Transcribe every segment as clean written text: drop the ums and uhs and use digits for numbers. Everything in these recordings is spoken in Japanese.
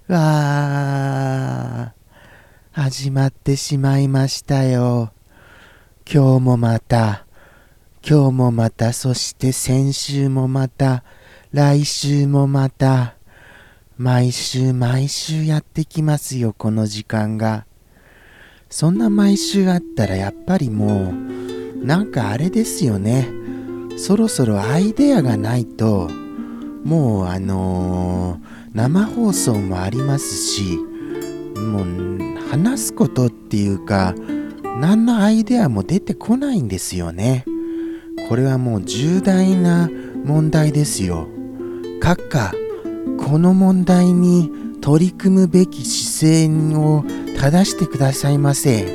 わー、始まってしまいましたよ。今日もまた、そして先週もまた、来週もまた、毎週やってきますよ、この時間が。そんな毎週あったらやっぱりもう、なんかあれですよね。そろそろアイデアがないと、もう生放送もありますし、もう話すことっていうか何のアイデアも出てこないんですよね。これはもう重大な問題ですよ。閣下、この問題に取り組むべき姿勢を正してくださいませ。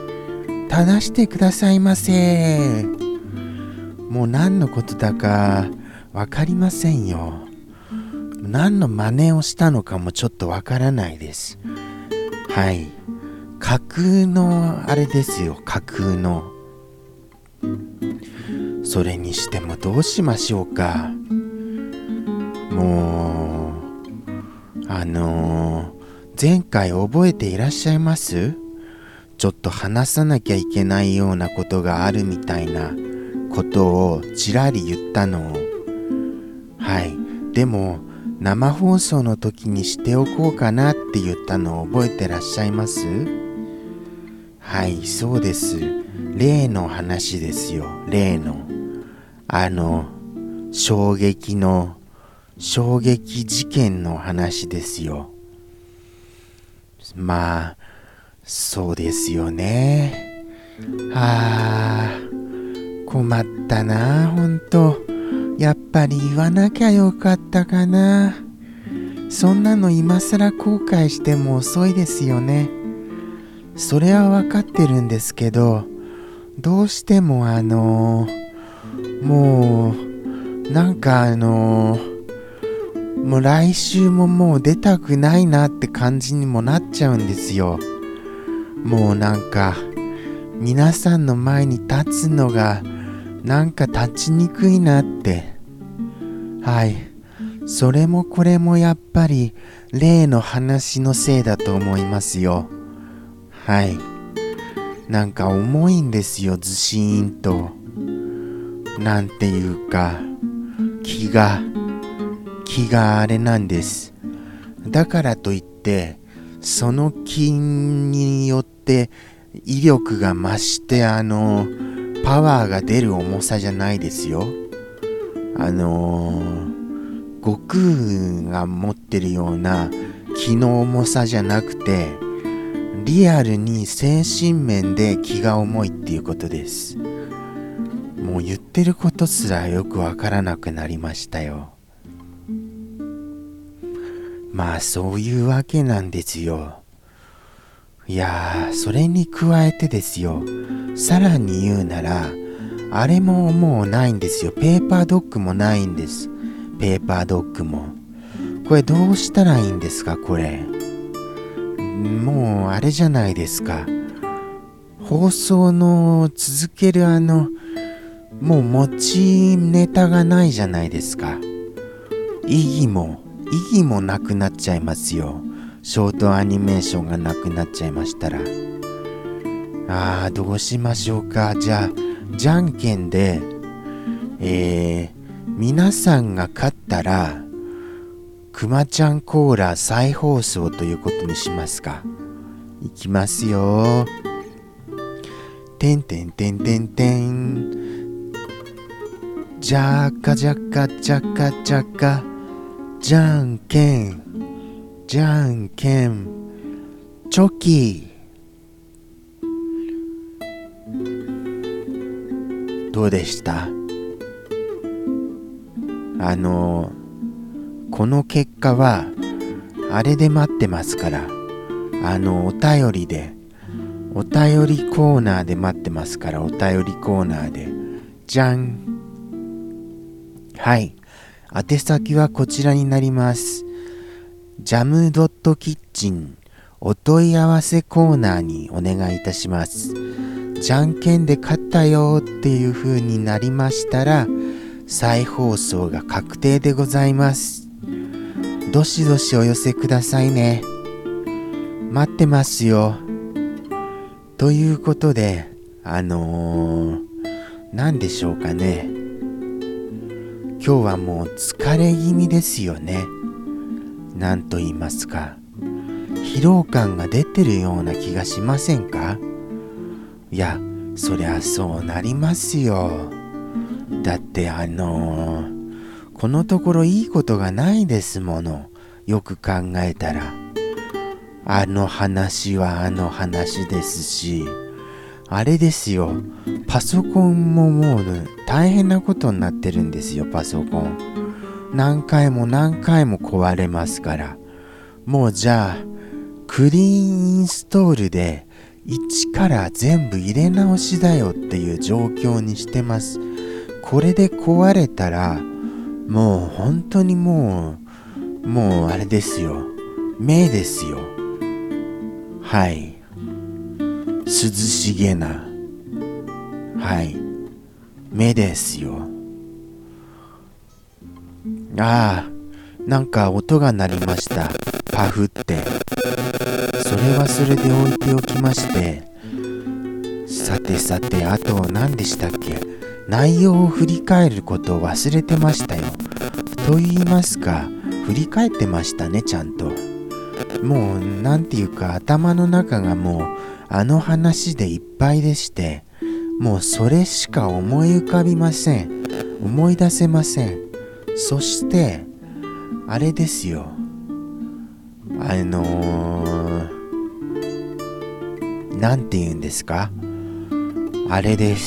もう何のことだかわかりませんよ。何の真似をしたのかもちょっとわからないです。はい。架空のあれですよ、架空の。それにしてもどうしましょうか。もう前回覚えていらっしゃいます？ちょっと話さなきゃいけないようなことがあるみたいなことをちらり言ったのを。はい。でも生放送の時にしておこうかなって言ったのを覚えてらっしゃいます？はい、そうです。例の話ですよ。例の衝撃事件の話ですよ。まあそうですよね。困ったな、ほんと。やっぱり言わなきゃよかったかな。そんなの今更後悔しても遅いですよね。それは分かってるんですけど、どうしてももうなんかもう来週ももう出たくないなって感じにもなっちゃうんですよ。もうなんか皆さんの前に立つのがなんか立ちにくいなって。はい。それもこれもやっぱり例の話のせいだと思いますよ。はい。なんか重いんですよ、ずしーんと。なんていうか、気があれなんです。だからといって、その気によって威力が増してパワーが出る重さじゃないですよ。悟空が持ってるような気の重さじゃなくて、リアルに精神面で気が重いっていうことです。もう言ってることすらよくわからなくなりましたよ。まあそういうわけなんですよ。いやー、それに加えてですよ、さらに言うなら、あれももうないんですよ。ペーパードッグもないんです。ペーパードッグも。これどうしたらいいんですか、これ。もうあれじゃないですか。放送の続けるもう持ちネタがないじゃないですか。意義もなくなっちゃいますよ。ショートアニメーションがなくなっちゃいましたら。どうしましょうか。じゃあじゃんけんで皆さんが勝ったらくまちゃんコーラ再放送ということにしますか。いきますよ。てんてんてんてんてん。じゃかじゃかじゃかじゃか。じゃんけんチョキ。どうでした？この結果はあれで待ってますから、お便りコーナーで待ってますから。お便りコーナーでじゃん。はい、宛先はこちらになります。jam.kitchen お問い合わせコーナーにお願いいたします。じゃんけんで勝ったよっていう風になりましたら再放送が確定でございます。 どしどしお寄せくださいね。待ってますよ。ということで、何でしょうかね。今日はもう疲れ気味ですよね。なんと言いますか、疲労感が出てるような気がしませんか？いや、そりゃそうなりますよ。だってこのところいいことがないですもの。よく考えたら。あの話はあの話ですし、あれですよ。パソコンももう大変なことになってるんですよ、パソコン。何回も何回も壊れますから。もうじゃあ、クリーンインストールで一から全部入れ直しだよっていう状況にしてます。これで壊れたら、もう本当にもうあれですよ。目ですよ。はい。涼しげな。はい。目ですよ。ああ、なんか音が鳴りました。パフって。それはそれで置いておきまして。さて、あと何でしたっけ？内容を振り返ることを忘れてましたよ。と言いますか、振り返ってましたね、ちゃんと。もう、なんていうか、頭の中がもう、あの話でいっぱいでして、もうそれしか思い浮かびません。思い出せません。そして、あれですよ。なんて言うんですか？あれです。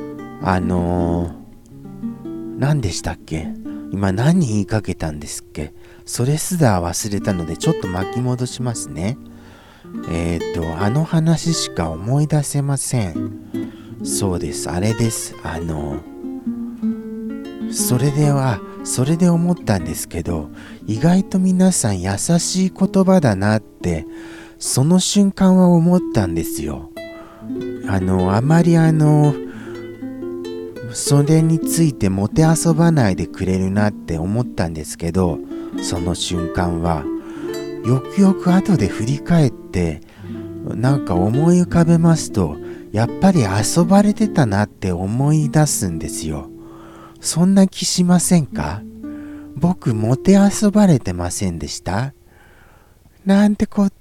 何でしたっけ？今何言いかけたんですっけ？それすら忘れたのでちょっと巻き戻しますね。あの話しか思い出せません。そうです、あれです。それで思ったんですけど、意外と皆さん優しい言葉だなって、その瞬間は思ったんですよ。あまりそれについてもてあそばないでくれるなって思ったんですけど、その瞬間はよくよく後で振り返ってなんか思い浮かべますと、やっぱり遊ばれてたなって思い出すんですよ。そんな気しませんか？僕もてあそばれてませんでした？なんてこった。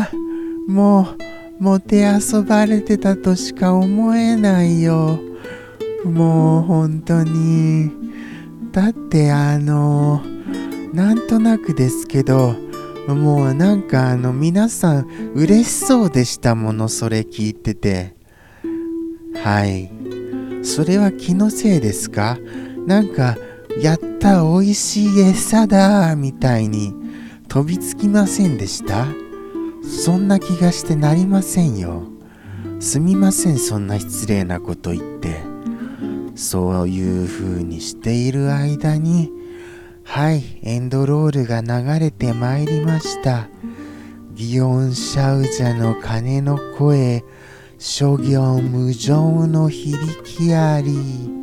もてあそばれてたとしか思えないよ。もう本当に。だってなんとなくですけど、もうなんか皆さん嬉しそうでしたもの、それ聞いてて。はい。それは気のせいですか？なんか、やった、美味しい餌だみたいに飛びつきませんでした？そんな気がしてなりませんよ。すみません、そんな失礼なこと言って。そういう風にしている間に、はい、エンドロールが流れてまいりました。祇園シャウジャの鐘の声、諸行無常の響きあり、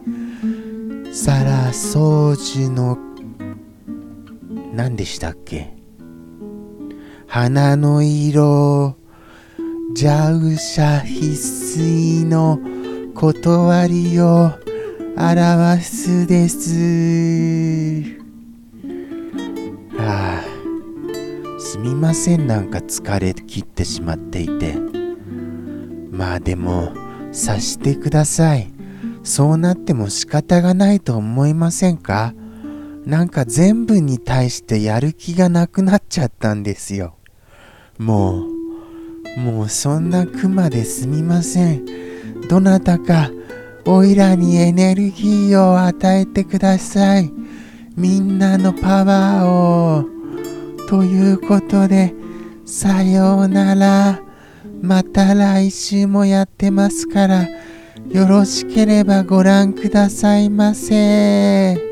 皿掃除の何でしたっけ？花の色、蛇舎必須の断りを表すです。すみません、なんか疲れ切ってしまっていて。まあでも察してください。そうなっても仕方がないと思いませんか？なんか全部に対してやる気がなくなっちゃったんですよ。もうそんなクマですみません。どなたかおいらにエネルギーを与えてください。みんなのパワーを。ということで、さようなら。また来週もやってますから、よろしければご覧くださいませ。